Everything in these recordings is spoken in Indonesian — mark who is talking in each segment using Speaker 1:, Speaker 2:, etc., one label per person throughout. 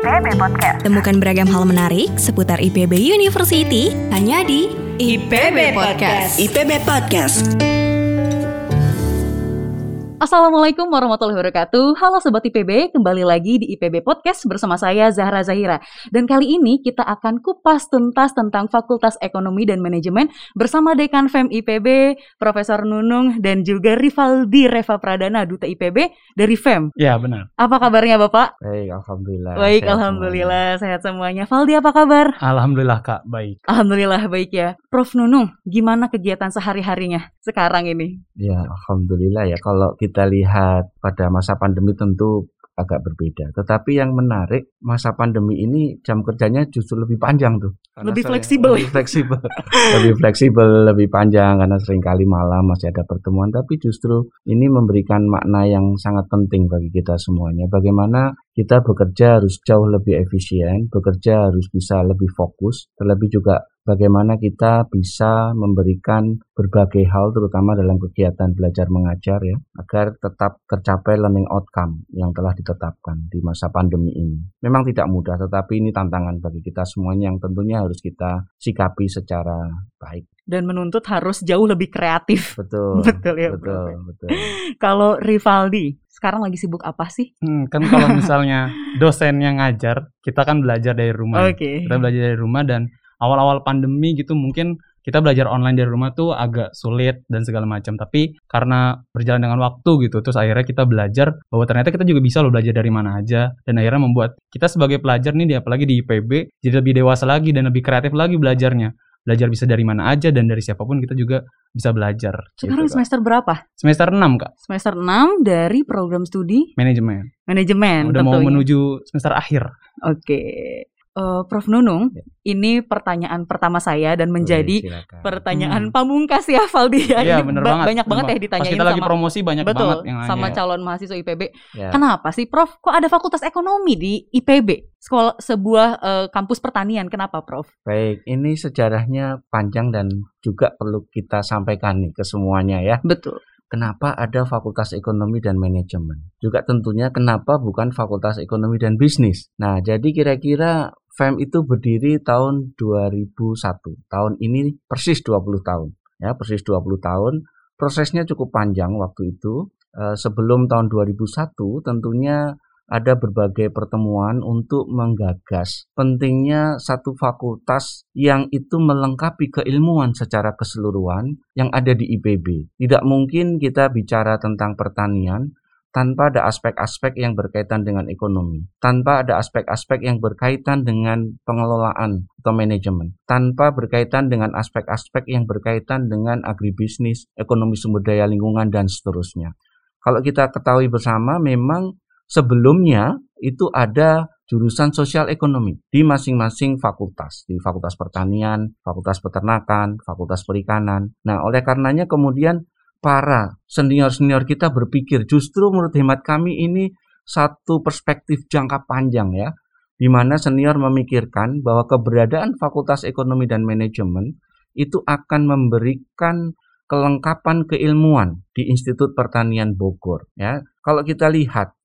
Speaker 1: IPB Podcast.
Speaker 2: Temukan beragam hal menarik seputar IPB University hanya di IPB Podcast.
Speaker 3: IPB Podcast.
Speaker 4: Assalamualaikum warahmatullahi wabarakatuh. Halo Sobat IPB, kembali lagi di IPB Podcast bersama saya Zahra Zahira. Dan kali ini kita akan kupas tuntas tentang Fakultas Ekonomi dan Manajemen bersama Dekan FEM IPB, Profesor Nunung dan juga Rivaldi Reva Pradana, Duta IPB dari FEM.
Speaker 5: Ya, benar.
Speaker 4: Apa kabarnya Bapak?
Speaker 5: Baik, alhamdulillah.
Speaker 4: Baik,
Speaker 5: sehat
Speaker 4: alhamdulillah sehat semuanya. Valdi apa kabar?
Speaker 5: Alhamdulillah Kak, baik.
Speaker 4: Alhamdulillah baik ya. Prof Nunung, gimana kegiatan sehari-harinya sekarang ini?
Speaker 6: Ya, alhamdulillah ya. Kalau kita lihat pada masa pandemi tentu agak berbeda. Tetapi yang menarik, masa pandemi ini jam kerjanya justru lebih panjang tuh.
Speaker 4: Lebih fleksibel.
Speaker 6: Lebih fleksibel, lebih panjang karena seringkali malam masih ada pertemuan. Tapi justru ini memberikan makna yang sangat penting bagi kita semuanya. Bagaimana kita bekerja harus jauh lebih efisien, bekerja harus bisa lebih fokus, terlebih juga bagaimana kita bisa memberikan berbagai hal terutama dalam kegiatan belajar mengajar ya, agar tetap tercapai learning outcome yang telah ditetapkan di masa pandemi ini. Memang tidak mudah, tetapi ini tantangan bagi kita semuanya yang tentunya harus kita sikapi secara baik.
Speaker 4: Dan menuntut harus jauh lebih kreatif.
Speaker 6: Betul.
Speaker 4: Betul ya.
Speaker 6: Betul.
Speaker 4: Kalau Rivaldi, sekarang lagi sibuk apa sih?
Speaker 5: Kan kalau misalnya dosen yang ngajar, kita kan belajar dari rumah.
Speaker 4: Oke.
Speaker 5: Kita belajar dari rumah dan awal-awal pandemi gitu mungkin kita belajar online dari rumah tuh agak sulit dan segala macam. Tapi karena berjalan dengan waktu gitu, terus akhirnya kita belajar bahwa ternyata kita juga bisa loh belajar dari mana aja. Dan akhirnya membuat kita sebagai pelajar nih, apalagi di IPB, jadi lebih dewasa lagi dan lebih kreatif lagi belajarnya. Belajar bisa dari mana aja dan dari siapapun kita juga bisa belajar.
Speaker 4: Sekarang
Speaker 5: gitu,
Speaker 4: semester berapa?
Speaker 5: Semester 6 Kak.
Speaker 4: Semester 6 dari program studi
Speaker 5: Manajemen.
Speaker 4: Manajemen.
Speaker 5: Udah
Speaker 4: tentunya.
Speaker 5: mau menuju semester akhir.
Speaker 4: Oke. Prof Nunung, ini pertanyaan pertama saya dan menjadi pertanyaan pamungkas ya Valdi ya.
Speaker 5: Iya,
Speaker 4: ini
Speaker 5: bener banget.
Speaker 4: Banyak banget ya ditanyain
Speaker 5: Pas kita lagi promosi banyak
Speaker 4: betul,
Speaker 5: banget yang nanya.
Speaker 4: sama calon mahasiswa IPB.
Speaker 6: Ya.
Speaker 4: Kenapa sih Prof? Kok ada Fakultas Ekonomi di IPB? Sekolah sebuah kampus pertanian. Kenapa Prof?
Speaker 6: Baik, ini sejarahnya panjang dan juga perlu kita sampaikan nih ke semuanya ya.
Speaker 4: Betul.
Speaker 6: Kenapa ada Fakultas Ekonomi dan Manajemen? Juga tentunya kenapa bukan Fakultas Ekonomi dan Bisnis? Nah, jadi kira-kira FEM itu berdiri tahun 2001. Tahun ini persis 20 tahun. Ya, persis 20 tahun. Prosesnya cukup panjang waktu itu. Sebelum tahun 2001 tentunya ada berbagai pertemuan untuk menggagas pentingnya satu fakultas yang itu melengkapi keilmuan secara keseluruhan yang ada di IPB. Tidak mungkin kita bicara tentang pertanian tanpa ada aspek-aspek yang berkaitan dengan ekonomi, tanpa ada aspek-aspek yang berkaitan dengan pengelolaan atau manajemen, tanpa berkaitan dengan aspek-aspek yang berkaitan dengan agribisnis, ekonomi sumber daya lingkungan, dan seterusnya. Kalau kita ketahui bersama, memang sebelumnya itu ada jurusan sosial ekonomi di masing-masing fakultas, di Fakultas Pertanian, Fakultas Peternakan, Fakultas Perikanan. Nah, oleh karenanya kemudian para senior-senior kita berpikir justru menurut hemat kami ini satu perspektif jangka panjang ya, di mana senior memikirkan bahwa keberadaan Fakultas Ekonomi dan Manajemen itu akan memberikan kelengkapan keilmuan di Institut Pertanian Bogor ya. Kalau kita lihat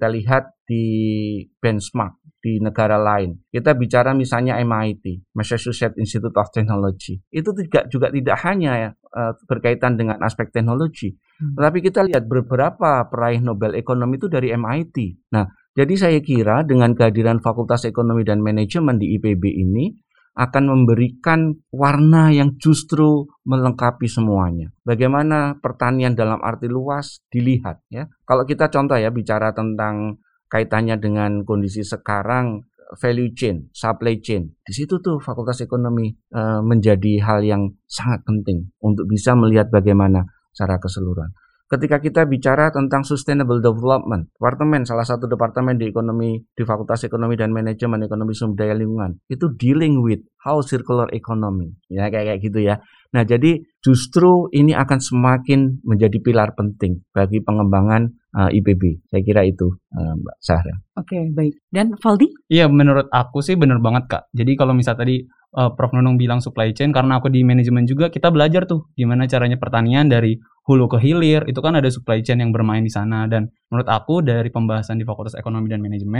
Speaker 6: di benchmark di negara lain. Kita bicara misalnya MIT, Massachusetts Institute of Technology. Itu juga tidak hanya ya, berkaitan dengan aspek teknologi. Tetapi kita lihat beberapa peraih Nobel Ekonomi itu dari MIT. Nah, jadi saya kira dengan kehadiran Fakultas Ekonomi dan Manajemen di IPB ini akan memberikan warna yang justru melengkapi semuanya. Bagaimana pertanian dalam arti luas dilihat ya. Kalau kita contoh ya bicara tentang kaitannya dengan kondisi sekarang, value chain, supply chain. Di situ tuh Fakultas Ekonomi menjadi hal yang sangat penting untuk bisa melihat bagaimana secara keseluruhan. Ketika kita bicara tentang sustainable development, salah satu departemen di Fakultas Ekonomi dan Manajemen Ekonomi Sumber Daya Lingkungan, itu dealing with how circular economy, ya kayak gitu ya. Nah, jadi justru ini akan semakin menjadi pilar penting bagi pengembangan IPB. Saya kira itu, Mbak Zahra.
Speaker 4: Oke, baik. Dan Valdi?
Speaker 5: Iya, menurut aku sih benar banget Kak. Jadi kalau misal tadi Prof Nunung bilang supply chain, karena aku di manajemen juga kita belajar tuh gimana caranya pertanian dari hulu ke hilir, itu kan ada supply chain yang bermain di sana. Dan menurut aku dari pembahasan di Fakultas Ekonomi dan Manajemen,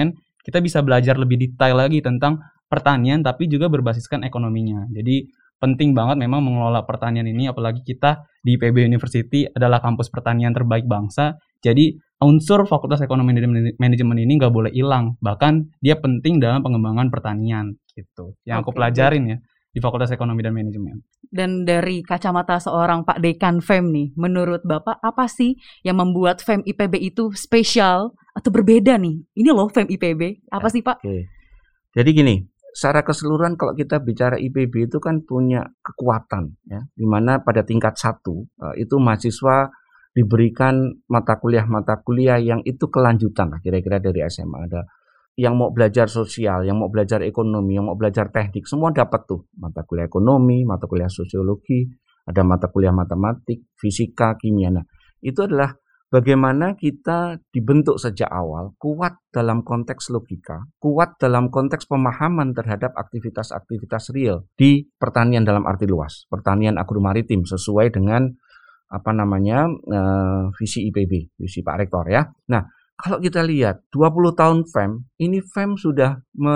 Speaker 5: kita bisa belajar lebih detail lagi tentang pertanian tapi juga berbasiskan ekonominya. Jadi penting banget memang mengelola pertanian ini, apalagi kita di IPB University adalah kampus pertanian terbaik bangsa. Jadi unsur Fakultas Ekonomi dan Manajemen ini nggak boleh hilang, bahkan dia penting dalam pengembangan pertanian gitu. Yang aku pelajarin ya di Fakultas Ekonomi dan Manajemen.
Speaker 4: Dan dari kacamata seorang Pak Dekan FEM nih, menurut Bapak apa sih yang membuat FEM IPB itu spesial atau berbeda nih? Ini loh FEM IPB, apa sih Pak?
Speaker 6: Oke. Jadi gini, secara keseluruhan kalau kita bicara IPB itu kan punya kekuatan ya, di mana pada tingkat 1 itu mahasiswa diberikan mata kuliah yang itu kelanjutan lah kira-kira dari SMA. Ada yang mau belajar sosial, yang mau belajar ekonomi, yang mau belajar teknik, semua dapat tuh mata kuliah ekonomi, mata kuliah sosiologi, ada mata kuliah matematik, fisika, kimia. Nah, itu adalah bagaimana kita dibentuk sejak awal, kuat dalam konteks logika, kuat dalam konteks pemahaman terhadap aktivitas-aktivitas real di pertanian dalam arti luas, pertanian agromaritim sesuai dengan visi IPB, visi Pak Rektor ya. Nah, kalau kita lihat 20 tahun FEM, ini FEM sudah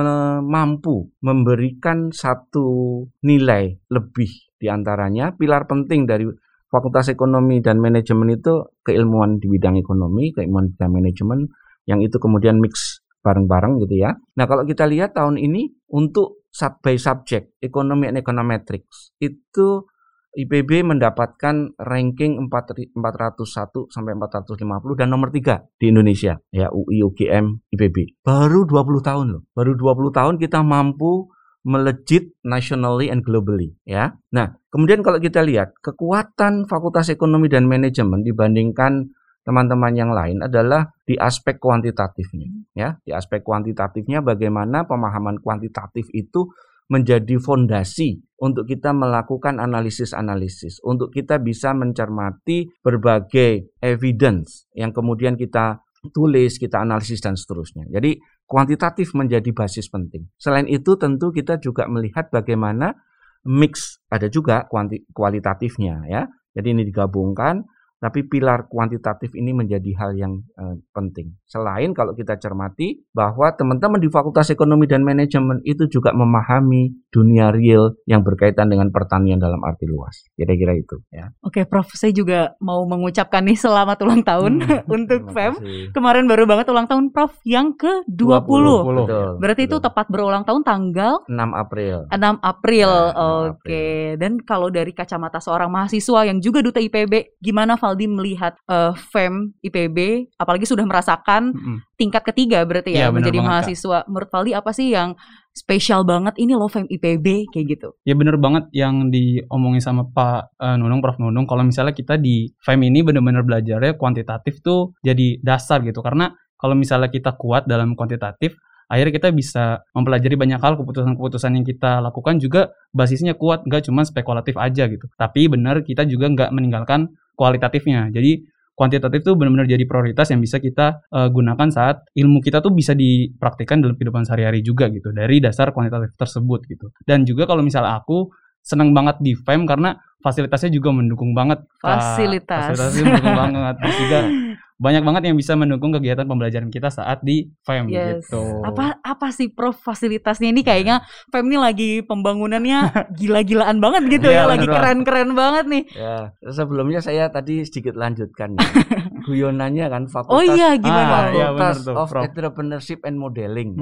Speaker 6: mampu memberikan satu nilai lebih diantaranya. Pilar penting dari Fakultas Ekonomi dan Manajemen itu keilmuan di bidang ekonomi, keilmuan di bidang manajemen, yang itu kemudian mix bareng-bareng gitu ya. Nah, kalau kita lihat tahun ini untuk by subject, ekonomi and econometrics, itu IPB mendapatkan ranking 401 sampai 450 dan nomor 3 di Indonesia ya, UI, UGM, IPB. Baru 20 tahun loh. Baru 20 tahun kita mampu melejit nationally and globally ya. Nah, kemudian kalau kita lihat kekuatan Fakultas Ekonomi dan Manajemen dibandingkan teman-teman yang lain adalah di aspek kuantitatifnya ya. Di aspek kuantitatifnya bagaimana pemahaman kuantitatif itu menjadi fondasi untuk kita melakukan analisis-analisis, untuk kita bisa mencermati berbagai evidence yang kemudian kita tulis, kita analisis dan seterusnya. Jadi kuantitatif menjadi basis penting. Selain itu tentu kita juga melihat bagaimana mix, ada juga kualitatifnya ya. Jadi ini digabungkan, tapi pilar kuantitatif ini menjadi hal yang penting. Selain kalau kita cermati bahwa teman-teman di Fakultas Ekonomi dan Manajemen itu juga memahami dunia real yang berkaitan dengan pertanian dalam arti luas. Kira-kira itu ya.
Speaker 4: Oke, Prof, saya juga mau mengucapkan nih selamat ulang tahun untuk FEM. Kemarin baru banget ulang tahun Prof yang ke-20.
Speaker 6: Betul.
Speaker 4: Berarti itu tepat berulang tahun tanggal
Speaker 6: 6 April.
Speaker 4: 6 April.
Speaker 6: Ya, 6
Speaker 4: Oke. Dan kalau dari kacamata seorang mahasiswa yang juga duta IPB, gimana Valdi melihat FEM IPB, apalagi sudah merasakan tingkat ketiga berarti ya, menjadi mahasiswa. Menurut Valdi apa sih yang spesial banget ini loh FEM IPB kayak gitu?
Speaker 5: Ya bener banget yang diomongin sama Pak Nunung, Prof Nunung. Kalau misalnya kita di FEM ini benar-benar belajarnya kuantitatif tuh jadi dasar gitu. Karena kalau misalnya kita kuat dalam kuantitatif, akhirnya kita bisa mempelajari banyak hal, keputusan-keputusan yang kita lakukan juga basisnya kuat, nggak cuma spekulatif aja gitu. Tapi benar kita juga nggak meninggalkan kualitatifnya. Jadi kuantitatif itu benar-benar jadi prioritas yang bisa kita gunakan saat ilmu kita tuh bisa dipraktikkan dalam kehidupan sehari-hari juga gitu, dari dasar kuantitatif tersebut gitu. Dan juga kalau misalnya aku senang banget di FEM karena fasilitasnya juga mendukung banget. Fasilitasnya mendukung banget. Terus juga banyak banget yang bisa mendukung kegiatan pembelajaran kita saat di FEM gitu.
Speaker 4: Apa sih Prof fasilitasnya ini? Kayaknya FEM ini lagi pembangunannya gila-gilaan banget gitu ya, lagi keren-keren banget nih.
Speaker 6: Ya, sebelumnya saya tadi sedikit lanjutkan ya. Guyonannya kan Fakultas.
Speaker 4: Oh iya, gimana?
Speaker 6: Fakultas of Entrepreneurship and Modeling.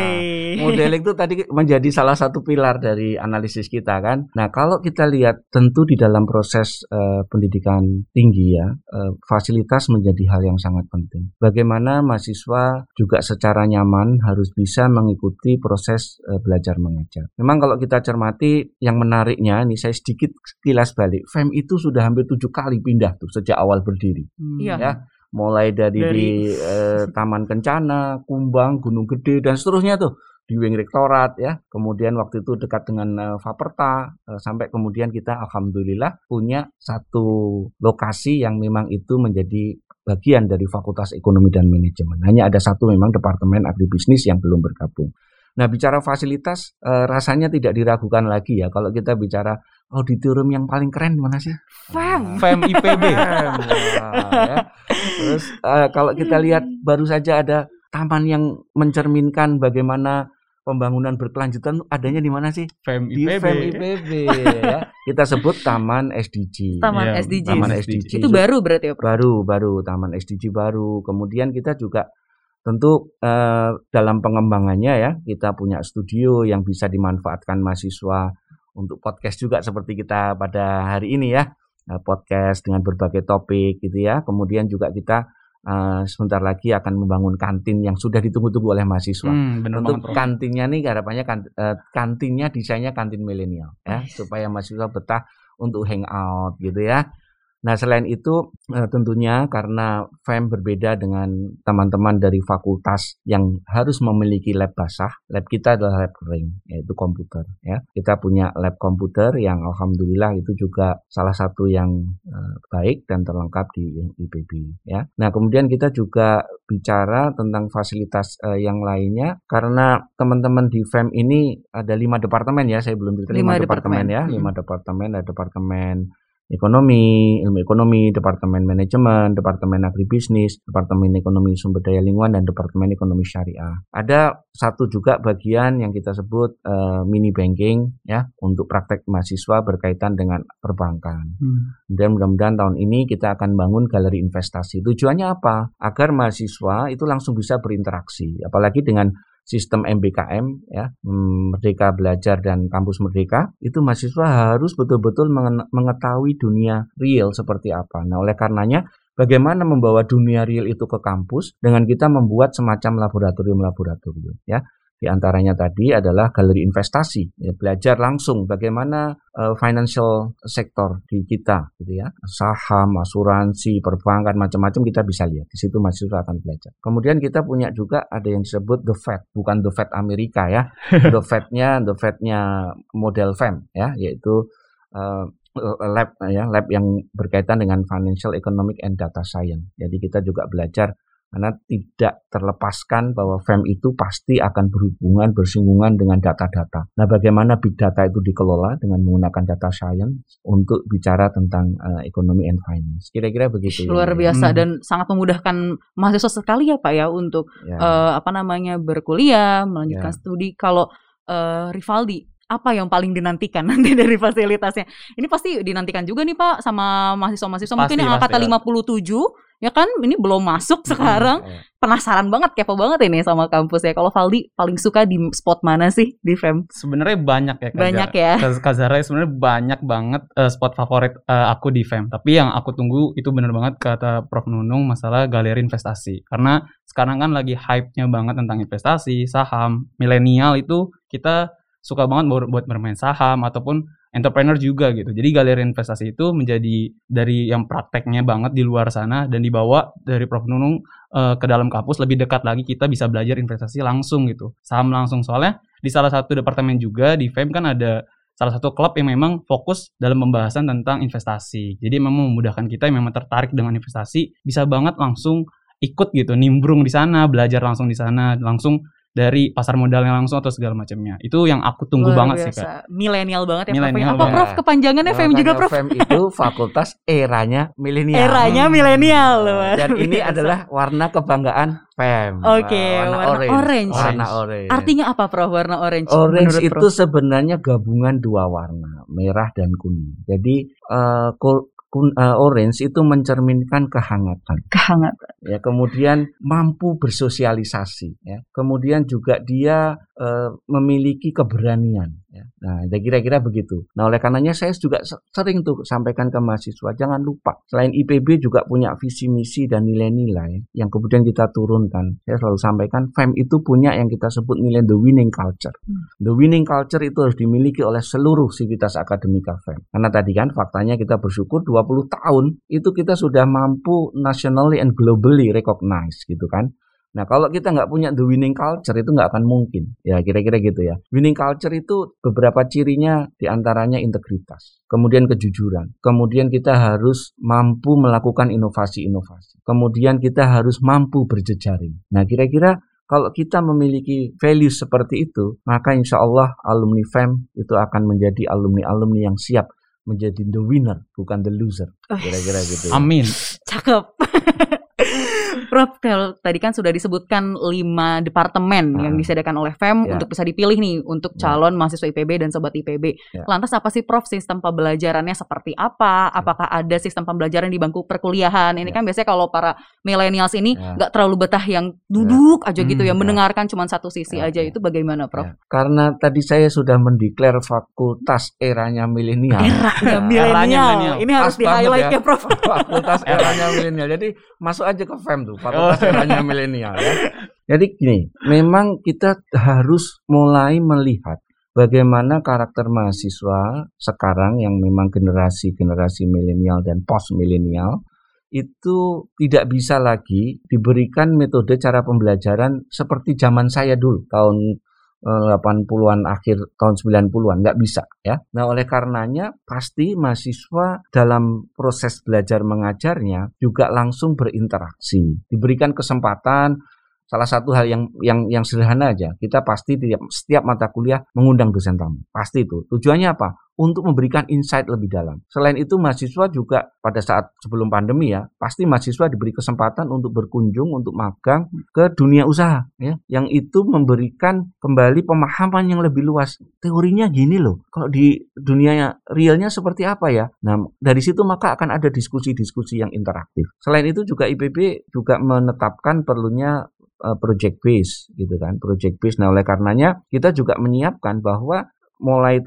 Speaker 6: Modeling itu tadi menjadi salah satu pilar dari analisis kita kan. Nah, kalau kita lihat tentu di dalam proses pendidikan tinggi ya, fasilitas menjadi hal yang sangat penting. Bagaimana mahasiswa juga secara nyaman harus bisa mengikuti proses belajar mengajar. Memang kalau kita cermati yang menariknya, ini saya sedikit kilas balik. FEM itu sudah hampir 7 kali pindah tuh sejak awal berdiri. Ya, mulai dari Taman Kencana, Kumbang, Gunung Gede dan seterusnya tuh. Di Wing Rektorat ya, kemudian waktu itu dekat dengan Faperta, sampai kemudian kita alhamdulillah punya satu lokasi yang memang itu menjadi bagian dari Fakultas Ekonomi dan Manajemen. Hanya ada satu memang Departemen Agribisnis yang belum bergabung. Nah, bicara fasilitas rasanya tidak diragukan lagi ya. Kalau kita bicara auditorium yang paling keren mana sih?
Speaker 4: FEM
Speaker 5: IPB.
Speaker 6: Ya. Terus kalau kita lihat baru saja ada taman yang mencerminkan bagaimana pembangunan berkelanjutan adanya di mana sih?
Speaker 5: FEM
Speaker 6: Di
Speaker 5: IPB.
Speaker 6: FEM IPB ya. Kita sebut Taman SDG.
Speaker 4: Taman
Speaker 5: Iya,
Speaker 4: SDG.
Speaker 6: Taman SDG.
Speaker 4: Itu baru berarti ya, Prof?
Speaker 6: Baru Taman SDG baru. Kemudian kita juga tentu dalam pengembangannya ya, kita punya studio yang bisa dimanfaatkan mahasiswa untuk podcast juga seperti kita pada hari ini ya. Podcast dengan berbagai topik gitu ya. Kemudian juga kita sebentar lagi akan membangun kantin yang sudah ditunggu-tunggu oleh mahasiswa.
Speaker 5: Bener
Speaker 6: Untuk
Speaker 5: banget, Prof.
Speaker 6: kantinnya nih harapannya kantinnya desainnya kantin milenial ya, supaya mahasiswa betah untuk hangout gitu ya. Nah, selain itu tentunya karena FEM berbeda dengan teman-teman dari fakultas yang harus memiliki lab basah, lab kita adalah lab kering, yaitu komputer ya. Kita punya lab komputer yang alhamdulillah itu juga salah satu yang baik dan terlengkap di IPB ya. Nah, kemudian kita juga bicara tentang fasilitas yang lainnya karena teman-teman di FEM ini ada 5 departemen ya, saya belum cerita 5 departemen ya, 5 departemen, ada departemen ekonomi, ilmu ekonomi, departemen manajemen, departemen agribisnis, departemen ekonomi sumber daya lingkungan, dan departemen ekonomi syariah. Ada satu juga bagian yang kita sebut mini banking ya, untuk praktek mahasiswa berkaitan dengan perbankan. Dan mudah-mudahan tahun ini kita akan bangun galeri investasi. Tujuannya apa? Agar mahasiswa itu langsung bisa berinteraksi, apalagi dengan sistem MBKM ya, Merdeka Belajar dan Kampus Merdeka, itu mahasiswa harus betul-betul mengetahui dunia real seperti apa. Nah, oleh karenanya bagaimana membawa dunia real itu ke kampus dengan kita membuat semacam laboratorium ya. Di antaranya tadi adalah galeri investasi, ya, belajar langsung bagaimana financial sector di kita, gitu ya, saham, asuransi, perbankan, macam-macam kita bisa lihat. Di situ mahasiswa akan belajar. Kemudian kita punya juga ada yang disebut The Fed, bukan The Fed Amerika ya, The Fed-nya model FEM ya, yaitu lab yang berkaitan dengan financial, economic, and data science. Jadi kita juga belajar karena tidak terlepaskan bahwa FEM itu pasti akan bersinggungan dengan data-data. Nah, bagaimana big data itu dikelola dengan menggunakan data science untuk bicara tentang ekonomi and finance. Kira-kira begitu.
Speaker 4: Luar biasa dan sangat memudahkan mahasiswa sekali ya Pak ya untuk berkuliah, melanjutkan studi. Kalau Rivaldi, apa yang paling dinantikan nanti dari fasilitasnya? Ini pasti dinantikan juga nih Pak sama mahasiswa-mahasiswa. Mungkin yang angkatan 57 ya kan, ini belum masuk sekarang. Penasaran banget, kepo banget ini sama kampus ya. Kalau Valdi paling suka di spot mana sih di FEM?
Speaker 5: Sebenarnya banyak ya,
Speaker 4: Banyak ya.
Speaker 5: Kak Zahra, sebenarnya banyak banget spot favorit aku di FEM. Tapi yang aku tunggu itu bener banget kata Prof Nunung, masalah galeri investasi. Karena sekarang kan lagi hype-nya banget tentang investasi, saham. Milenial itu kita suka banget buat bermain saham ataupun entrepreneur juga gitu. Jadi galeri investasi itu menjadi dari yang prakteknya banget di luar sana dan dibawa dari Prof Nunung ke dalam kampus, lebih dekat lagi kita bisa belajar investasi langsung gitu. Saham langsung, soalnya di salah satu departemen juga di FEM kan ada salah satu klub yang memang fokus dalam pembahasan tentang investasi. Jadi memang memudahkan kita yang memang tertarik dengan investasi bisa banget langsung ikut gitu, nimbrung di sana, belajar langsung di sana, langsung dari pasar modalnya langsung atau segala macamnya. Itu yang aku tunggu banget sih Kak.
Speaker 4: Milenial banget ya
Speaker 5: Milenial
Speaker 4: Prof. Apa Prof kepanjangannya FEM juga Prof?
Speaker 6: FEM itu fakultas eranya milenial.
Speaker 4: Eranya milenial loh.
Speaker 6: Dan ini adalah warna kebanggaan FEM.
Speaker 4: Oke, warna orange.
Speaker 6: Warna orange.
Speaker 4: Artinya apa Prof warna orange?
Speaker 6: Orange itu sebenarnya gabungan dua warna, merah dan kuning. Jadi orange itu mencerminkan kehangatan. Ya, kemudian mampu bersosialisasi. Ya, kemudian juga dia memiliki keberanian. Ya. Nah, kira-kira begitu. Nah, oleh karenanya saya juga sering tuh sampaikan ke mahasiswa, jangan lupa selain IPB juga punya visi misi dan nilai-nilai yang kemudian kita turunkan. Saya selalu sampaikan FEM itu punya yang kita sebut nilai the winning culture. The winning culture itu harus dimiliki oleh seluruh sivitas akademika FEM. Karena tadi kan faktanya kita bersyukur 20 tahun itu kita sudah mampu nationally and globally recognized gitu kan. Nah, kalau kita nggak punya the winning culture itu nggak akan mungkin. Ya, kira-kira gitu ya. Winning culture itu beberapa cirinya diantaranya integritas, kemudian kejujuran, kemudian kita harus mampu melakukan inovasi-inovasi, kemudian kita harus mampu berjejaring. Nah, kira-kira kalau kita memiliki value seperti itu, maka insya Allah alumni FEM itu akan menjadi alumni-alumni yang siap menjadi the winner, bukan the loser. Kira-kira gitu ya.
Speaker 5: Amin.
Speaker 4: Cakep. Prof, kalau tadi kan sudah disebutkan 5 departemen yang disediakan oleh FEM untuk bisa dipilih nih untuk calon mahasiswa IPB dan sobat IPB. Lantas apa sih Prof sistem pembelajarannya seperti apa? Apakah ada sistem pembelajaran di bangku perkuliahan? Ini kan biasanya kalau para millennials ini nggak terlalu betah yang duduk aja gitu ya, mendengarkan cuma satu sisi aja. Itu bagaimana Prof?
Speaker 6: Karena tadi saya sudah mendeklar fakultas eranya milenial.
Speaker 4: Milenial. Ini harus di-highlight ya Prof.
Speaker 6: Fakultas eranya milenial. Jadi masuk aja ke FEM tuh, fakultas eranya milenial ya. Jadi gini, memang kita harus mulai melihat bagaimana karakter mahasiswa sekarang yang memang generasi milenial dan post milenial itu tidak bisa lagi diberikan metode cara pembelajaran seperti zaman saya dulu tahun 80-an akhir tahun 90-an, nggak bisa ya. Nah oleh karenanya pasti mahasiswa dalam proses belajar mengajarnya juga langsung berinteraksi, diberikan kesempatan. Salah satu hal yang sederhana aja, kita pasti setiap mata kuliah mengundang dosen tamu. Pasti itu. Tujuannya apa? Untuk memberikan insight lebih dalam. Selain itu mahasiswa juga pada saat sebelum pandemi ya, pasti mahasiswa diberi kesempatan untuk berkunjung, untuk magang ke dunia usaha ya, yang itu memberikan kembali pemahaman yang lebih luas. Teorinya gini loh, kalau di dunia realnya seperti apa ya? Nah, dari situ maka akan ada diskusi-diskusi yang interaktif. Selain itu juga IPB juga menetapkan perlunya project base gitu kan, project base. Nah oleh karenanya kita juga menyiapkan bahwa mulai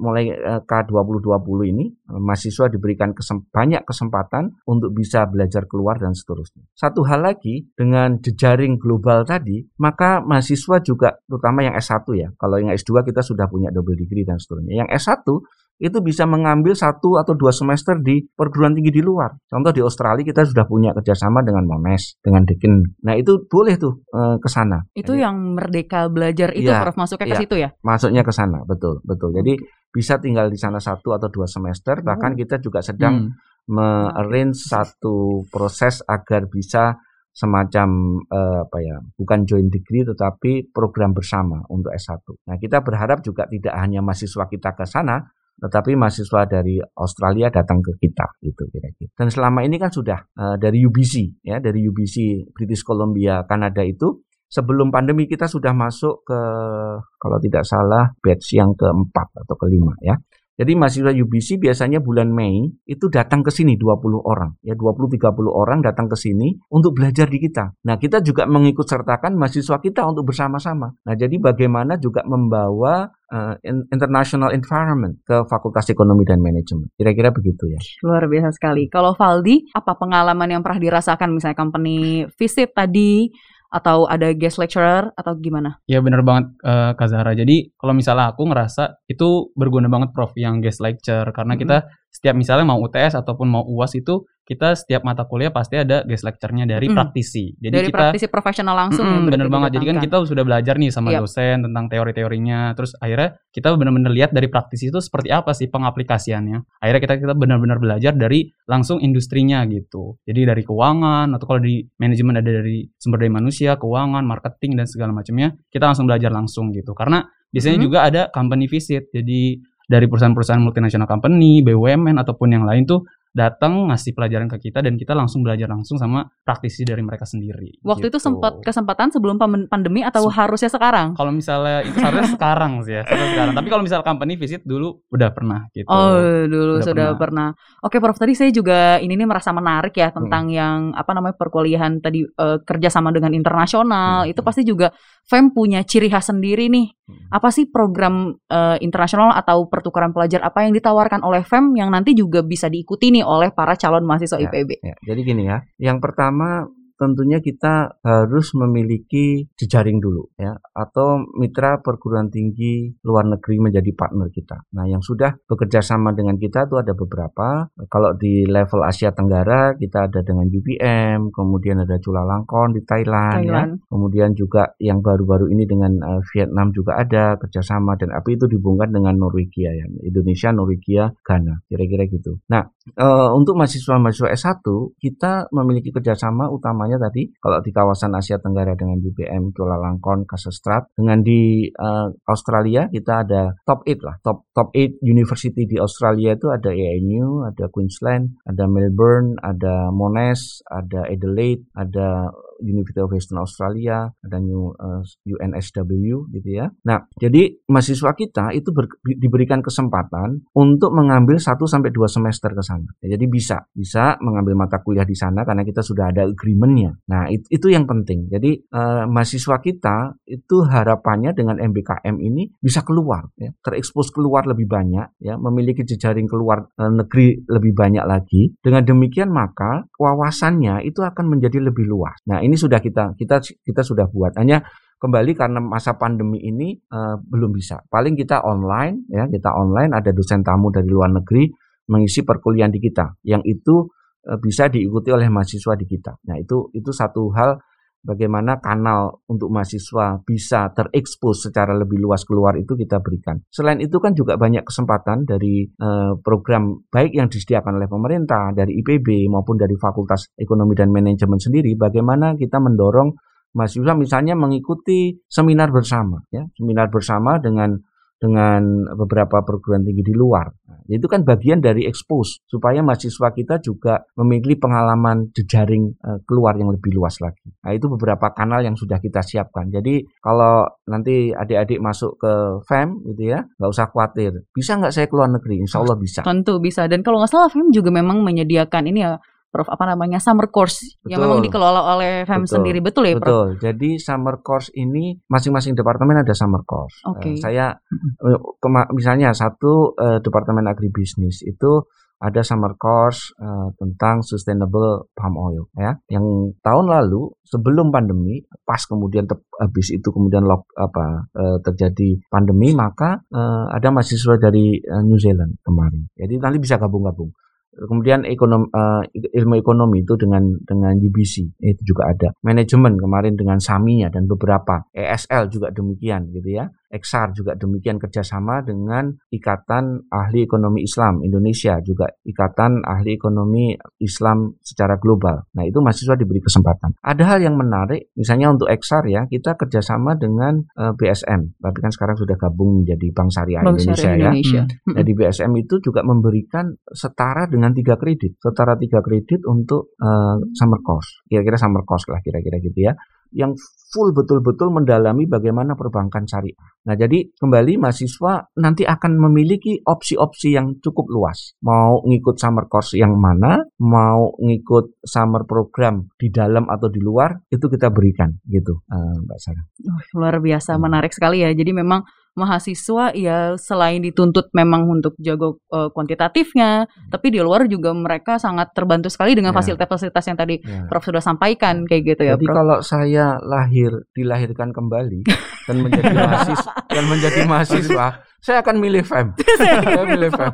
Speaker 6: K2020 ini mahasiswa diberikan banyak kesempatan untuk bisa belajar keluar dan seterusnya. Satu hal lagi, dengan jejaring global tadi, maka mahasiswa juga terutama yang S1 ya, kalau yang S2 kita sudah punya double degree dan seterusnya. Yang S1 itu bisa mengambil 1 atau 2 semester di perguruan tinggi di luar. Contoh di Australia kita sudah punya kerjasama dengan Monash, dengan Deakin. Nah itu boleh tuh ke sana.
Speaker 4: Itu yang Merdeka Belajar itu Prof masuknya ke situ ya?
Speaker 6: Masuknya ke sana, betul. Jadi bisa tinggal di sana 1 atau 2 semester. Bahkan kita juga sedang me-arrange satu proses agar bisa semacam bukan joint degree tetapi program bersama untuk S1. Nah kita berharap juga tidak hanya mahasiswa kita ke sana, tetapi mahasiswa dari Australia datang ke kita gitu kira-kira. Dan selama ini kan sudah dari UBC ya, dari UBC British Columbia Kanada itu sebelum pandemi kita sudah masuk ke, kalau tidak salah, batch yang keempat atau kelima ya. Jadi mahasiswa UBC biasanya bulan Mei itu datang ke sini 20 orang, ya 20-30 orang datang ke sini untuk belajar di kita. Nah, kita juga mengikut sertakan mahasiswa kita untuk bersama-sama. Nah, jadi bagaimana juga membawa international environment ke Fakultas Ekonomi dan Manajemen. Kira-kira begitu ya.
Speaker 4: Luar biasa sekali. Kalau Valdi, apa pengalaman yang pernah dirasakan misalnya company visit tadi, atau ada guest lecturer atau gimana?
Speaker 5: Ya benar banget Kak Zahra. Jadi kalau misalnya aku ngerasa itu berguna banget Prof yang guest lecture, karena kita setiap misalnya mau UTS ataupun mau UAS itu kita setiap mata kuliah pasti ada guest lecture-nya dari praktisi. Jadi
Speaker 4: dari
Speaker 5: kita
Speaker 4: praktisi profesional langsung ya.
Speaker 5: Bener banget. Jadi kan kita sudah belajar nih sama dosen tentang teori-teorinya. Terus akhirnya kita benar-benar lihat dari praktisi itu seperti apa sih pengaplikasiannya. Akhirnya kita benar-benar belajar dari langsung industrinya gitu. Jadi dari keuangan, atau kalau di manajemen ada dari sumber daya manusia, keuangan, marketing dan segala macamnya. Kita langsung belajar langsung gitu. Karena biasanya juga ada company visit. Jadi dari perusahaan-perusahaan multinasional company, BUMN ataupun yang lain tuh datang ngasih pelajaran ke kita dan kita langsung belajar langsung sama praktisi dari mereka sendiri.
Speaker 4: Waktu
Speaker 5: gitu.
Speaker 4: itu sempat kesempatan sebelum pandemi atau harusnya sekarang?
Speaker 5: Kalau misalnya itu harusnya sekarang sih ya, sekarang. Tapi kalau misalnya company visit dulu udah pernah gitu.
Speaker 4: Oh, dulu sudah pernah. Oke, Prof, tadi saya juga ini merasa menarik ya tentang yang perkuliahan tadi kerjasama dengan internasional. Itu pasti juga FEM punya ciri khas sendiri nih. Apa sih program internasional atau pertukaran pelajar apa yang ditawarkan oleh FEM yang nanti juga bisa diikuti nih oleh para calon mahasiswa IPB?
Speaker 6: Jadi gini ya, yang pertama tentunya kita harus memiliki jejaring dulu ya, atau mitra perguruan tinggi luar negeri menjadi partner kita. Nah, yang sudah bekerja sama dengan kita itu ada beberapa. Kalau di level Asia Tenggara kita ada dengan UPM, kemudian ada Chulalongkorn di Thailand. Ya. Kemudian juga yang baru-baru ini dengan Vietnam juga ada kerjasama, dan apa itu dihubungkan dengan Norwegia ya, Indonesia, Norwegia, Ghana, kira-kira gitu. Nah, untuk mahasiswa-mahasiswa S1 kita memiliki kerjasama utamanya tadi kalau di kawasan Asia Tenggara dengan UPM, Chulalongkorn, Kasselstrad. Dengan di Australia kita ada top 8 lah, top 8 university di Australia itu ada ANU, ada Queensland, ada Melbourne, ada Monash, ada Adelaide, ada University of Western Australia, ada UNSW gitu ya. Nah, jadi mahasiswa kita itu diberikan kesempatan untuk mengambil 1-2 semester ke sana. Ya, jadi bisa mengambil mata kuliah di sana karena kita sudah ada agreement-nya. Nah, itu yang penting. Jadi mahasiswa kita itu harapannya dengan MBKM ini bisa keluar, ya, terekspos keluar lebih banyak, ya, memiliki jejaring keluar negeri lebih banyak lagi. Dengan demikian maka wawasannya itu akan menjadi lebih luas. Nah, ini sudah kita sudah buat. Hanya kembali karena masa pandemi ini belum bisa. Paling kita online, ya, ada dosen tamu dari luar negeri mengisi perkuliahan di kita, yang itu bisa diikuti oleh mahasiswa di kita. Nah, itu satu hal. Bagaimana kanal untuk mahasiswa bisa terekspos secara lebih luas keluar itu kita berikan. Selain itu kan juga banyak kesempatan dari program baik yang disediakan oleh pemerintah, dari IPB maupun dari Fakultas Ekonomi dan Manajemen sendiri. Bagaimana kita mendorong mahasiswa misalnya mengikuti seminar bersama, ya, seminar bersama dengan beberapa perguruan tinggi di luar. Nah, itu kan bagian dari expose supaya mahasiswa kita juga memiliki pengalaman jejaring keluar yang lebih luas lagi. Nah, itu beberapa kanal yang sudah kita siapkan. Jadi kalau nanti adik-adik masuk ke FEM gitu ya, nggak usah khawatir. Bisa nggak saya keluar negeri? Insya Allah bisa.
Speaker 4: Tentu bisa. Dan kalau nggak salah FEM juga memang menyediakan ini ya, Prof, summer course. Betul. Yang memang dikelola oleh FEM sendiri, betul ya, Prof?
Speaker 6: Betul. Jadi summer course ini masing-masing departemen ada summer course.
Speaker 4: Okay.
Speaker 6: Misalnya satu departemen agribisnis itu ada summer course tentang sustainable palm oil, ya. Yang tahun lalu sebelum pandemi, pas kemudian habis itu kemudian terjadi pandemi, maka ada mahasiswa dari New Zealand kemarin. Jadi nanti bisa gabung-gabung. Kemudian ilmu ekonomi itu dengan UBC itu juga ada. Manajemen kemarin dengan SAMI-nya dan beberapa. ESL juga demikian gitu ya. XR juga demikian, kerjasama dengan Ikatan Ahli Ekonomi Islam Indonesia, juga Ikatan Ahli Ekonomi Islam secara global. Nah, itu mahasiswa diberi kesempatan. Ada hal yang menarik, misalnya untuk XR ya, kita kerjasama dengan BSM, tapi kan sekarang sudah gabung menjadi Bank Syariah Indonesia. Ya. Nah, di BSM itu juga memberikan setara dengan 3 kredit untuk summer course. Kira-kira summer course lah, kira-kira gitu ya. Yang full betul-betul mendalami bagaimana perbankan syariah. Nah, jadi kembali mahasiswa nanti akan memiliki opsi-opsi yang cukup luas. Mau ngikut summer course yang mana, mau ngikut summer program di dalam atau di luar, itu kita berikan gitu, Mbak Sarah.
Speaker 4: Luar biasa, menarik sekali ya. Jadi memang mahasiswa ya selain dituntut memang untuk jago kuantitatifnya, tapi di luar juga mereka sangat terbantu sekali dengan fasilitas-fasilitas yang tadi Prof sudah sampaikan kayak gitu ya.
Speaker 6: Jadi
Speaker 4: Prof,
Speaker 6: kalau saya dilahirkan kembali dan menjadi mahasiswa, saya akan milih FEM. Saya milih FEM.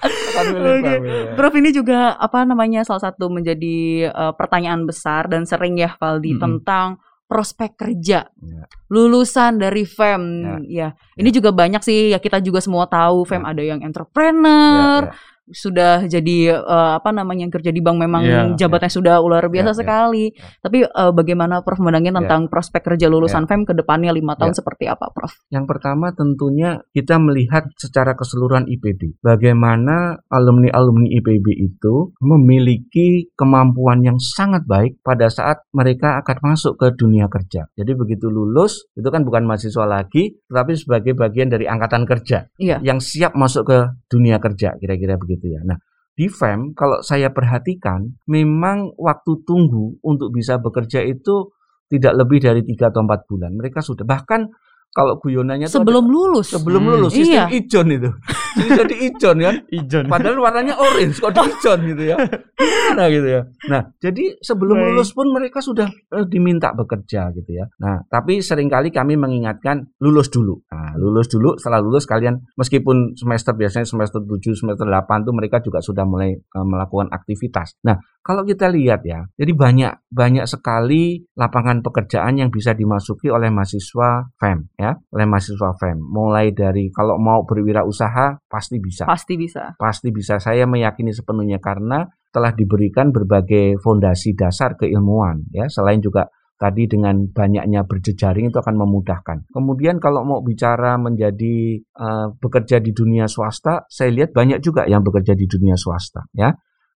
Speaker 4: Prof, ini juga salah satu menjadi pertanyaan besar dan sering ya, Valdi, tentang prospek kerja lulusan dari FEM ya. Ini juga banyak sih ya, kita juga semua tahu FEM ada yang entrepreneur, sudah jadi kerja di bank memang jabatannya sudah luar biasa sekali. Tapi bagaimana Prof menangin tentang prospek kerja lulusan FEM ke depannya 5 tahun seperti apa, Prof?
Speaker 6: Yang pertama tentunya kita melihat secara keseluruhan IPB. Bagaimana alumni-alumni IPB itu memiliki kemampuan yang sangat baik pada saat mereka akan masuk ke dunia kerja. Jadi begitu lulus, itu kan bukan mahasiswa lagi, tetapi sebagai bagian dari angkatan kerja yang siap masuk ke dunia kerja, kira-kira begitu ya. Nah, di FEM kalau saya perhatikan memang waktu tunggu untuk bisa bekerja itu tidak lebih dari 3 atau 4 bulan. Mereka sudah, bahkan kalau guyonannya
Speaker 4: sebelum lulus
Speaker 6: sistem ijon itu. Jadi ijon kan? Ijon. Padahal warnanya orange kok di ijon gitu ya. Nah gitu ya. Nah, jadi sebelum lulus pun mereka sudah diminta bekerja gitu ya. Nah, tapi seringkali kami mengingatkan lulus dulu. Nah, lulus dulu, setelah lulus kalian meskipun biasanya semester 7, semester 8 tuh mereka juga sudah mulai melakukan aktivitas. Nah, kalau kita lihat ya, jadi banyak sekali lapangan pekerjaan yang bisa dimasuki oleh mahasiswa FEM ya, oleh mahasiswa FEM. Mulai dari kalau mau berwirausaha pasti bisa. Saya meyakini sepenuhnya karena telah diberikan berbagai fondasi dasar keilmuan ya, selain juga tadi dengan banyaknya berjejaring itu akan memudahkan. Kemudian kalau mau bicara menjadi bekerja di dunia swasta, saya lihat banyak juga yang bekerja di dunia swasta ya.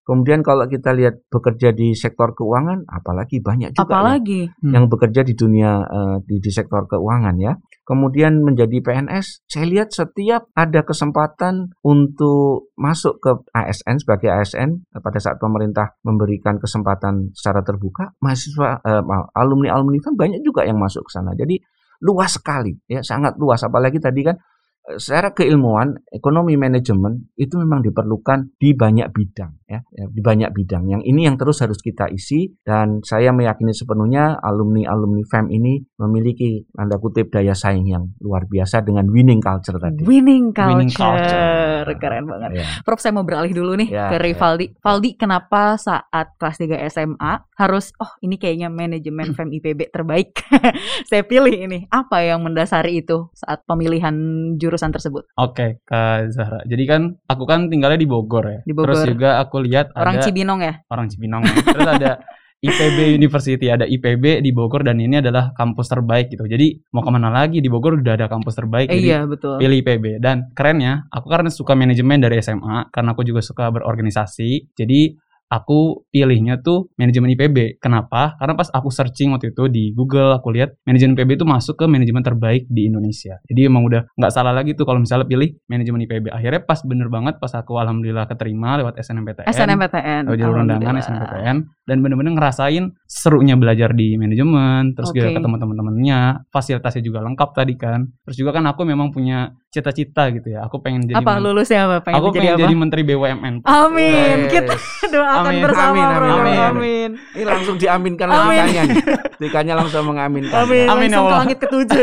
Speaker 6: Kemudian kalau kita lihat bekerja di sektor keuangan, apalagi banyak juga yang bekerja di dunia di sektor keuangan ya. Kemudian menjadi PNS, saya lihat setiap ada kesempatan untuk masuk ke ASN sebagai ASN pada saat pemerintah memberikan kesempatan secara terbuka, mahasiswa alumni kan banyak juga yang masuk ke sana. Jadi luas sekali ya, sangat luas. Apalagi tadi kan secara keilmuan, ekonomi manajemen itu memang diperlukan di banyak bidang ya, di banyak bidang. Yang ini yang terus harus kita isi, dan saya meyakini sepenuhnya alumni FEM ini memiliki tanda kutip daya saing yang luar biasa dengan winning culture tadi.
Speaker 4: Winning culture. Keren banget. Ya. Prof, saya mau beralih dulu nih ke Rivaldi. Valdi, kenapa saat kelas 3 SMA harus ini kayaknya manajemen FEM IPB terbaik saya pilih ini? Apa yang mendasari itu saat pemilihan jurusan tersebut?
Speaker 5: Oke, Kak Zahra. Jadi kan aku kan tinggalnya di Bogor ya.
Speaker 4: Di Bogor.
Speaker 5: Terus juga aku lihat
Speaker 4: orang
Speaker 5: ada
Speaker 4: Cibinong ya.
Speaker 5: Orang Cibinong. Terus ada IPB University, ada IPB di Bogor, dan ini adalah kampus terbaik gitu. Jadi mau kemana lagi, di Bogor udah ada kampus terbaik.
Speaker 4: Iya, betul.
Speaker 5: Pilih IPB. Dan kerennya, aku karena suka manajemen dari SMA, karena aku juga suka berorganisasi. Jadi aku pilihnya tuh manajemen IPB. Kenapa? Karena pas aku searching waktu itu di Google, aku lihat manajemen IPB itu masuk ke manajemen terbaik di Indonesia. Jadi emang udah nggak salah lagi tuh kalau misalnya pilih manajemen IPB. Akhirnya pas bener banget pas aku alhamdulillah keterima lewat SNMPTN. Lewat jalur undangan SNMPTN. Dan bener-bener ngerasain serunya belajar di manajemen. Terus juga ketemu teman-temannya. Fasilitasnya juga lengkap tadi kan. Terus juga kan aku memang punya cita-cita gitu ya. Aku pengen jadi
Speaker 4: lulusnya apa?
Speaker 5: Aku pengen jadi Menteri BUMN.
Speaker 4: Amin. Kita doakan bersama.
Speaker 6: Amin. Ini langsung diaminkan logikanya. Logikanya langsung mengaminkan.
Speaker 4: Amin ya Allah. Langit ketujuh.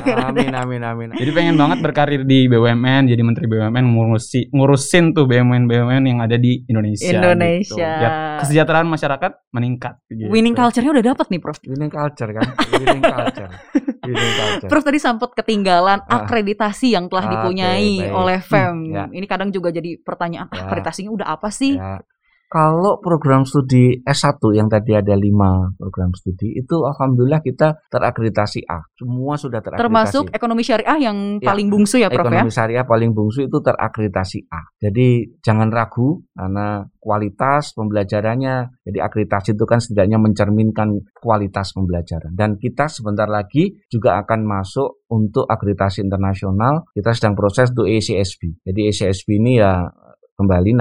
Speaker 6: Amin.
Speaker 5: Jadi pengen banget berkarir di BUMN, jadi Menteri BUMN, ngurusin tuh BUMN yang ada di Indonesia. Gitu. Ya, kesejahteraan masyarakat meningkat. Gitu.
Speaker 4: Winning culture-nya udah dapat nih, Prof.
Speaker 6: Winning culture kan. Winning culture.
Speaker 4: Prof tadi sempat ketinggalan akreditasi yang telah dipunyai oleh FEM. Ini kadang juga jadi pertanyaan, akreditasinya udah apa sih?
Speaker 6: Kalau program studi S1 yang tadi ada 5 program studi itu alhamdulillah kita terakreditasi A. Semua sudah terakreditasi.
Speaker 4: Termasuk ekonomi syariah yang paling bungsu ya, Prof ya?
Speaker 6: Ekonomi syariah paling bungsu itu terakreditasi A. Jadi jangan ragu karena kualitas pembelajarannya. Jadi akreditasi itu kan setidaknya mencerminkan kualitas pembelajaran. Dan kita sebentar lagi juga akan masuk untuk akreditasi internasional. Kita sedang proses untuk ACSB. Jadi ACSB ini ya kembali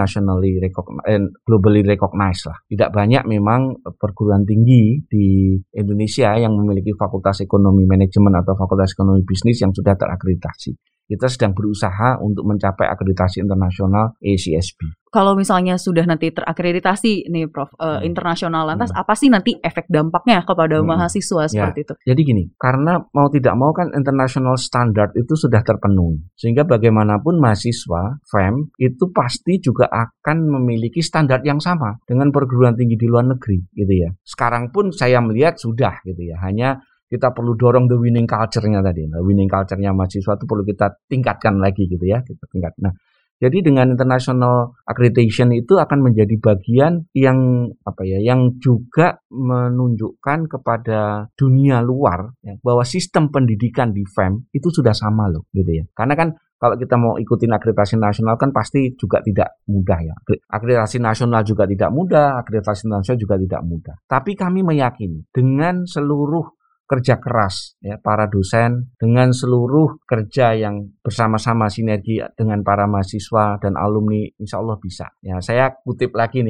Speaker 6: globally recognized lah. Tidak banyak memang perguruan tinggi di Indonesia yang memiliki fakultas ekonomi manajemen atau fakultas ekonomi bisnis yang sudah terakreditasi. Kita sedang berusaha untuk mencapai akreditasi internasional ACSB.
Speaker 4: Kalau misalnya sudah nanti terakreditasi nih Prof, internasional, lantas apa sih nanti efek dampaknya kepada mahasiswa seperti itu?
Speaker 6: Jadi gini, karena mau tidak mau kan international standard itu sudah terpenuhi. Sehingga bagaimanapun mahasiswa FEM itu pasti juga akan memiliki standar yang sama dengan perguruan tinggi di luar negeri gitu ya. Sekarang pun saya melihat sudah gitu ya, hanya kita perlu dorong the winning culture-nya tadi. Nah, winning culture-nya mahasiswa itu perlu kita tingkatkan lagi gitu ya, kita tingkat. Nah, jadi dengan international accreditation itu akan menjadi bagian yang yang juga menunjukkan kepada dunia luar ya, bahwa sistem pendidikan di FEM itu sudah sama loh gitu ya. Karena kan kalau kita mau ikutin akreditasi nasional kan pasti juga tidak mudah ya. Akreditasi nasional juga tidak mudah, akreditasi internasional juga tidak mudah. Tapi kami meyakini dengan seluruh kerja keras ya para dosen, dengan seluruh kerja yang bersama-sama sinergi dengan para mahasiswa dan alumni, insya Allah bisa. Ya, saya kutip lagi nih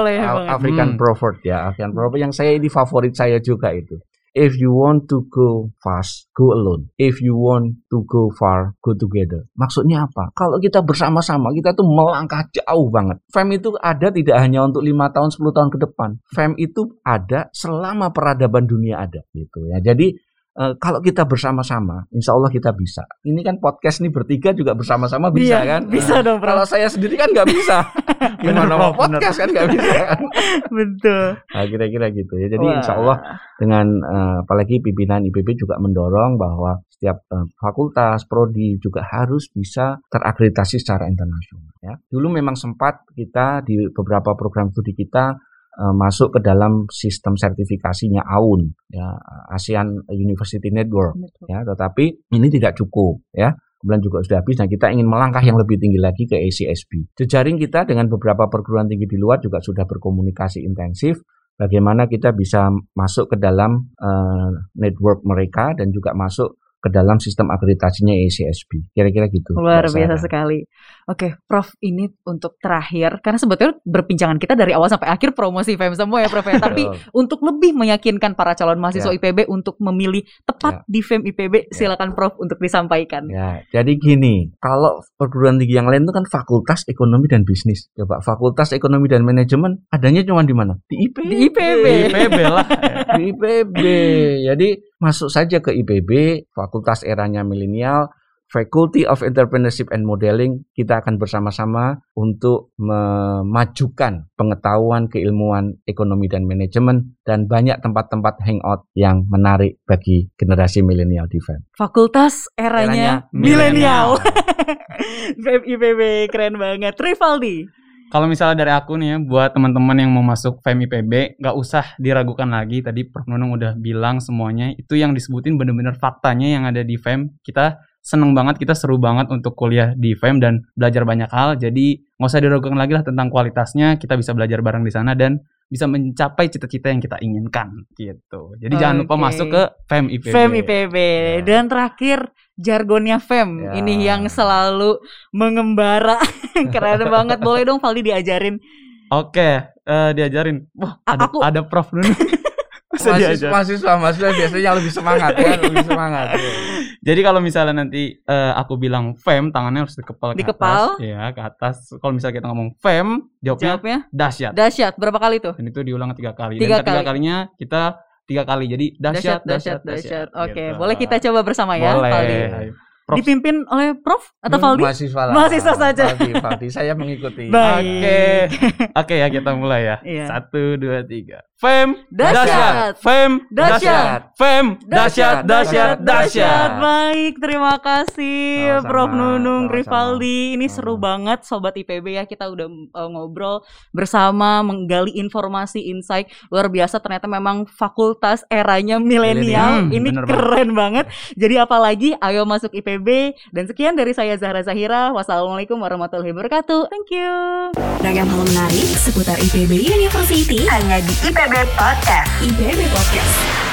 Speaker 6: African Proverb ya, African Proverb yang saya ini favorit saya juga itu. If you want to go fast, go alone. If you want to go far, go together. Maksudnya apa? Kalau kita bersama-sama, kita tuh melangkah jauh banget. FEM itu ada tidak hanya untuk 5 tahun, 10 tahun ke depan. FEM itu ada selama peradaban dunia ada. Gitu ya. Jadi kalau kita bersama-sama, insya Allah kita bisa. Ini kan podcast nih bertiga juga bersama-sama bisa kan?
Speaker 4: Bisa dong, Prof.
Speaker 6: Kalau saya sendiri kan nggak bisa. Gimana mau podcast kan nggak bisa kan?
Speaker 4: Betul.
Speaker 6: Nah, kira-kira gitu ya. Jadi insya Allah dengan apalagi pimpinan IPB juga mendorong bahwa setiap fakultas, prodi juga harus bisa terakreditasi secara internasional. Ya. Dulu memang sempat kita di beberapa program studi kita masuk ke dalam sistem sertifikasinya AUN ya, ASEAN University Network ya, tetapi ini tidak cukup ya. kemudian juga sudah habis. Nah, kita ingin melangkah yang lebih tinggi lagi ke ACSB. Jejaring kita dengan beberapa perguruan tinggi di luar juga sudah berkomunikasi intensif. Bagaimana kita bisa masuk ke dalam network mereka dan juga masuk ke dalam sistem akreditasinya ACSB. Kira-kira gitu.
Speaker 4: Luar biasa sekali. Oke, Prof, ini untuk terakhir, karena sebetulnya berbincangan kita dari awal sampai akhir promosi FEM semua ya Prof ya. Tapi untuk lebih meyakinkan para calon mahasiswa IPB untuk memilih tepat di FEM IPB, silakan Prof untuk disampaikan.
Speaker 6: Ya, jadi gini, kalau perguruan tinggi yang lain itu kan fakultas ekonomi dan bisnis. Coba fakultas ekonomi dan manajemen adanya cuma di mana? Di IPB.
Speaker 4: Di IPB.
Speaker 5: Di IPB lah.
Speaker 6: Di IPB. Jadi masuk saja ke IPB, fakultas eranya milenial, Faculty of Entrepreneurship and Modeling. Kita akan bersama-sama untuk memajukan pengetahuan keilmuan ekonomi dan manajemen dan banyak tempat-tempat hangout yang menarik bagi generasi milenial di FEM.
Speaker 4: Fakultas eranya milenial. FEM IPB keren banget. Rivaldi.
Speaker 5: Kalau misalnya dari aku nih ya, buat teman-teman yang mau masuk FEM IPB, nggak usah diragukan lagi. Tadi Prof Nunung udah bilang semuanya. Itu yang disebutin benar-benar faktanya yang ada di FEM. Kita seneng banget, kita seru banget untuk kuliah di FEM dan belajar banyak hal. Jadi nggak usah diragukan lagi lah tentang kualitasnya. Kita bisa belajar bareng di sana dan bisa mencapai cita-cita yang kita inginkan gitu. Jadi jangan lupa masuk ke FEM IPB.
Speaker 4: FEM IPB. Dan terakhir jargonnya FEM ini yang selalu mengembara. Keren banget. Boleh dong Valdi diajarin.
Speaker 5: Oke, diajarin. Wah, ada Prof Nunung.
Speaker 6: Mahasiswa biasanya lebih semangat ya, lebih semangat.
Speaker 5: Jadi kalau misalnya nanti aku bilang FEM, tangannya harus dikepal ke atas. Ya, ke atas. Kalau misalnya kita ngomong FEM, jawabnya dahsyat.
Speaker 4: Dahsyat. Berapa kali tuh?
Speaker 5: Dan itu diulang 3 kali. Dan ketiga kalinya kita 3 kali. Jadi dahsyat.
Speaker 4: Oke, boleh kita coba bersama ya,
Speaker 5: boleh.
Speaker 4: Valdi. Prof. Dipimpin oleh Prof atau Valdi? Mahasiswa saja.
Speaker 6: Valdi, saya mengikuti.
Speaker 5: Oke ya, kita mulai ya. 1, 2, 3. FEM
Speaker 4: dahsyat.
Speaker 5: FEM dahsyat. FEM dahsyat.
Speaker 4: Baik, terima kasih Prof Nunung, Rivaldi. Ini seru banget Sobat IPB ya. Kita udah ngobrol bersama, menggali informasi, insight. Luar biasa, ternyata memang fakultas eranya milenial. Ini keren banget. Jadi apalagi, ayo masuk IPB. Dan sekian dari saya Zahra Zahira. Wassalamualaikum warahmatullahi wabarakatuh. Thank you.
Speaker 2: Ragam hal menarik seputar IPB University hanya di IPB Podcast. IPB Podcast.